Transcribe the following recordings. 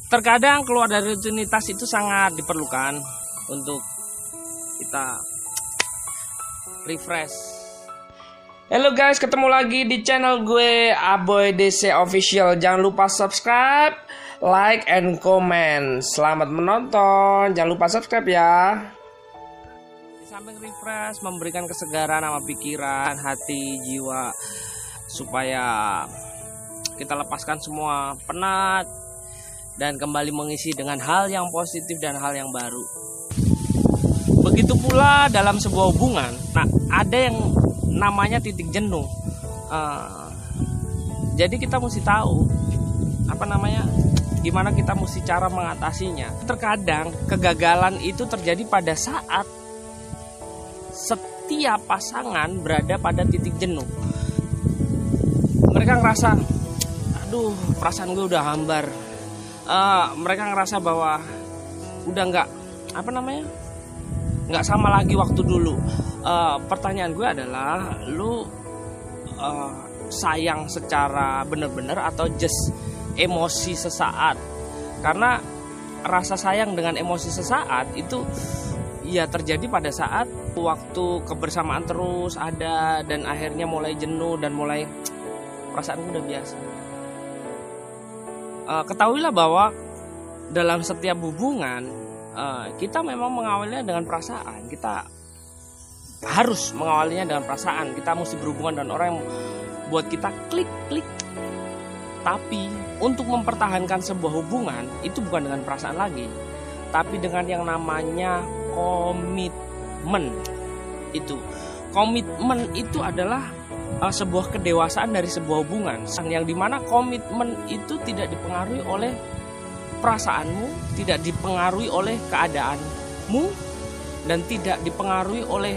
Terkadang keluar dari rutinitas itu sangat diperlukan untuk kita refresh. Halo guys, ketemu lagi di channel gue Aboy DC Official. Jangan lupa subscribe, like, and comment. Selamat menonton. Jangan lupa subscribe ya. Di samping refresh, memberikan kesegaran sama pikiran, hati, jiwa, supaya kita lepaskan semua penat dan kembali mengisi dengan hal yang positif dan hal yang baru. Begitu pula dalam sebuah hubungan. Nah, ada yang namanya titik jenuh. Jadi kita mesti tahu gimana kita mesti cara mengatasinya. Terkadang kegagalan itu terjadi pada saat setiap pasangan berada pada titik jenuh. Mereka ngerasa, aduh, perasaan gue udah hambar. Mereka ngerasa bahwa udah nggak sama lagi waktu dulu. Pertanyaan gue adalah, lu sayang secara bener-bener atau just emosi sesaat? Karena rasa sayang dengan emosi sesaat itu ya terjadi pada saat waktu kebersamaan terus ada dan akhirnya mulai jenuh dan mulai perasaan udah biasa. Ketahuilah bahwa dalam setiap hubungan kita memang mengawalnya dengan perasaan. Kita harus mengawalnya dengan perasaan. Kita mesti berhubungan dengan orang yang buat kita klik. Tapi untuk mempertahankan sebuah hubungan itu bukan dengan perasaan lagi, tapi dengan yang namanya komitmen. Komitmen itu adalah sebuah kedewasaan dari sebuah hubungan, yang dimana komitmen itu tidak dipengaruhi oleh perasaanmu, tidak dipengaruhi oleh keadaanmu, dan tidak dipengaruhi oleh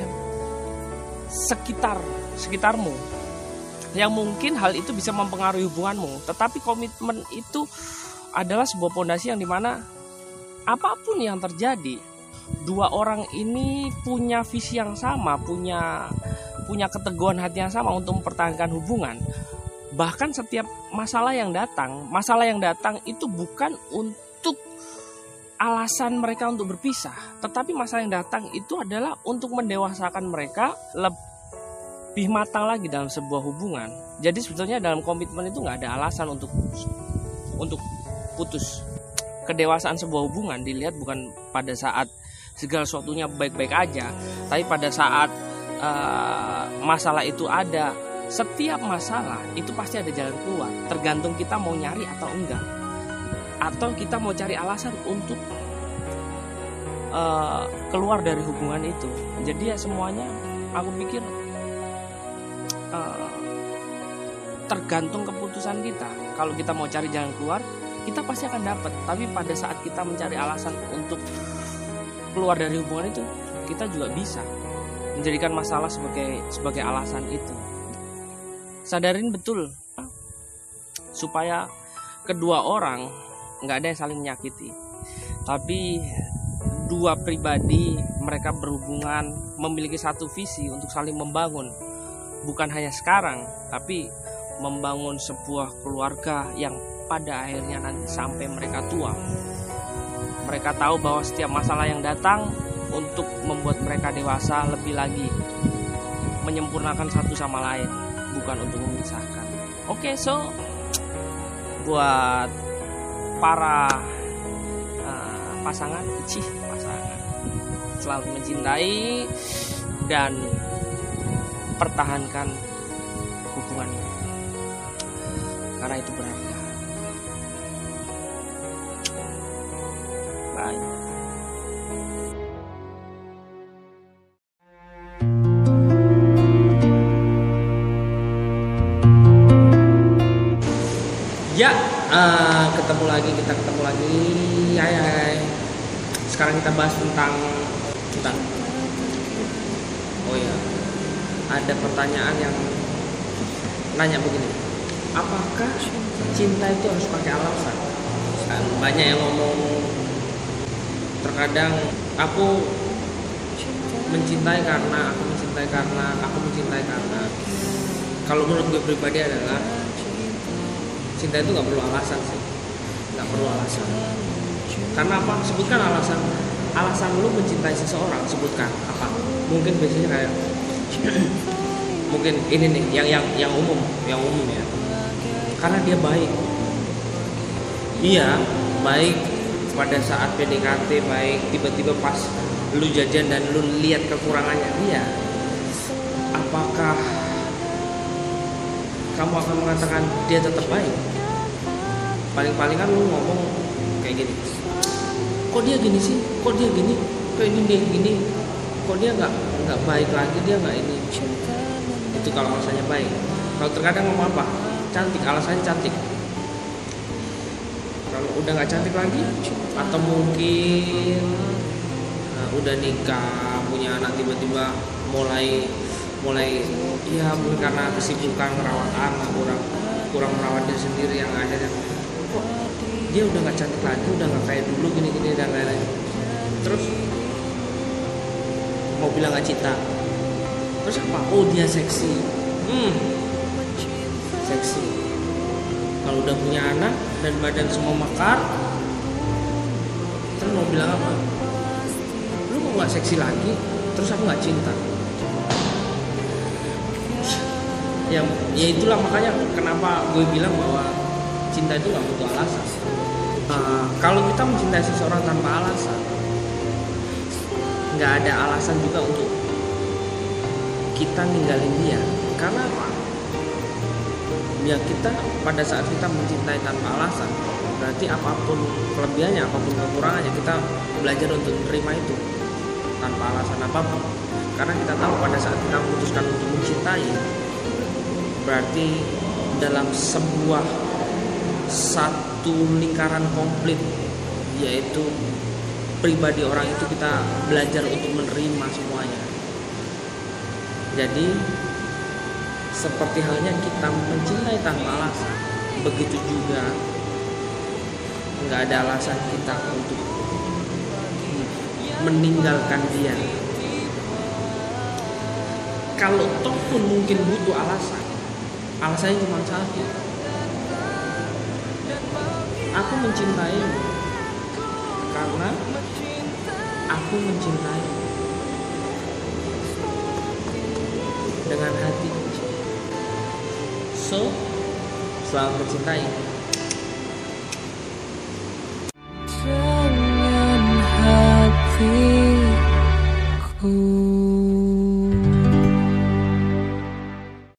sekitarmu, yang mungkin hal itu bisa mempengaruhi hubunganmu. Tetapi komitmen itu adalah sebuah fondasi yang dimana apapun yang terjadi, dua orang ini punya visi yang sama, punya keteguhan hati yang sama untuk mempertahankan hubungan. Bahkan setiap masalah yang datang itu bukan untuk alasan mereka untuk berpisah, tetapi masalah yang datang itu adalah untuk mendewasakan mereka lebih matang lagi dalam sebuah hubungan. Jadi sebetulnya dalam komitmen itu nggak ada alasan untuk putus. Kedewasaan sebuah hubungan dilihat bukan pada saat segala sesuatunya baik-baik aja, tapi pada saat masalah itu ada. Setiap masalah itu pasti ada jalan keluar, tergantung kita mau nyari atau enggak, atau kita mau cari alasan untuk keluar dari hubungan itu. Jadi ya semuanya aku pikir tergantung keputusan kita. Kalau kita mau cari jalan keluar, kita pasti akan dapat. Tapi pada saat kita mencari alasan untuk keluar dari hubungan itu, kita juga bisa menjadikan masalah sebagai alasan itu. Sadarin betul supaya kedua orang nggak ada yang saling menyakiti, tapi dua pribadi mereka berhubungan memiliki satu visi untuk saling membangun, bukan hanya sekarang, tapi membangun sebuah keluarga yang pada akhirnya nanti sampai mereka tua. Mereka tahu bahwa setiap masalah yang datang untuk membuat mereka dewasa lebih lagi, menyempurnakan satu sama lain, bukan untuk memisahkan. Oke, so buat para pasangan, selalu mencintai dan pertahankan hubungannya, karena itu berharga. Bye. Ya, kita ketemu lagi. Hai. Sekarang kita bahas tentang oh ya, ada pertanyaan yang nanya begini, apakah cinta itu harus pakai alasan? Banyak yang ngomong, terkadang aku mencintai karena kalau menurut gue pribadi adalah cinta itu nggak perlu alasan sih. nggak perlu alasan. Karena apa? Sebutkan alasan. Alasan lu mencintai seseorang, sebutkan apa? Mungkin biasanya kayak mungkin ini nih yang umum ya. Karena dia baik. Iya, baik pada saat PDKT, baik tiba-tiba pas lu jajan dan lu lihat kekurangannya dia. Apakah kamu akan mengatakan dia tetap baik? Paling-palingan lu ngomong kayak gini, kok dia gini sih, kok dia gini, kok ini dia gini, kok dia nggak baik lagi, dia nggak ini. Itu kalau alasannya baik. Kalau terkadang ngomong apa, cantik, alasannya cantik. Kalau udah nggak cantik lagi, atau mungkin udah nikah, punya anak, tiba-tiba mulai ya mungkin karena kesibukan merawat anak, kurang merawat diri sendiri, yang akhirnya kok dia udah nggak cantik lagi, udah nggak kayak dulu, gini dan lain-lain. Terus mau bilang nggak cinta, terus apa? Oh dia seksi. Seksi. Kalau udah punya anak dan badan semua mekar, terus mau bilang apa? Lu mau nggak seksi lagi? Terus aku nggak cinta? Ya itulah makanya kenapa gue bilang bahwa cinta itu nggak butuh alasan. Kalau kita mencintai seseorang tanpa alasan, nggak ada alasan juga untuk kita ninggalin dia. Karena apa? Ya kita pada saat kita mencintai tanpa alasan, berarti apapun kelebihannya, apapun kekurangannya, kita belajar untuk menerima itu tanpa alasan apapun. Karena kita tahu pada saat kita memutuskan untuk mencintai, berarti dalam sebuah satu lingkaran komplit, yaitu pribadi orang itu, kita belajar untuk menerima semuanya. Jadi seperti halnya kita mencintai tanpa alasan, begitu juga nggak ada alasan kita untuk meninggalkan dia. Kalau toh pun mungkin butuh alasan, alasannya cuma satu, aku mencintaimu karena aku mencintai dengan hati. So, selamat mencintai. Dengan hati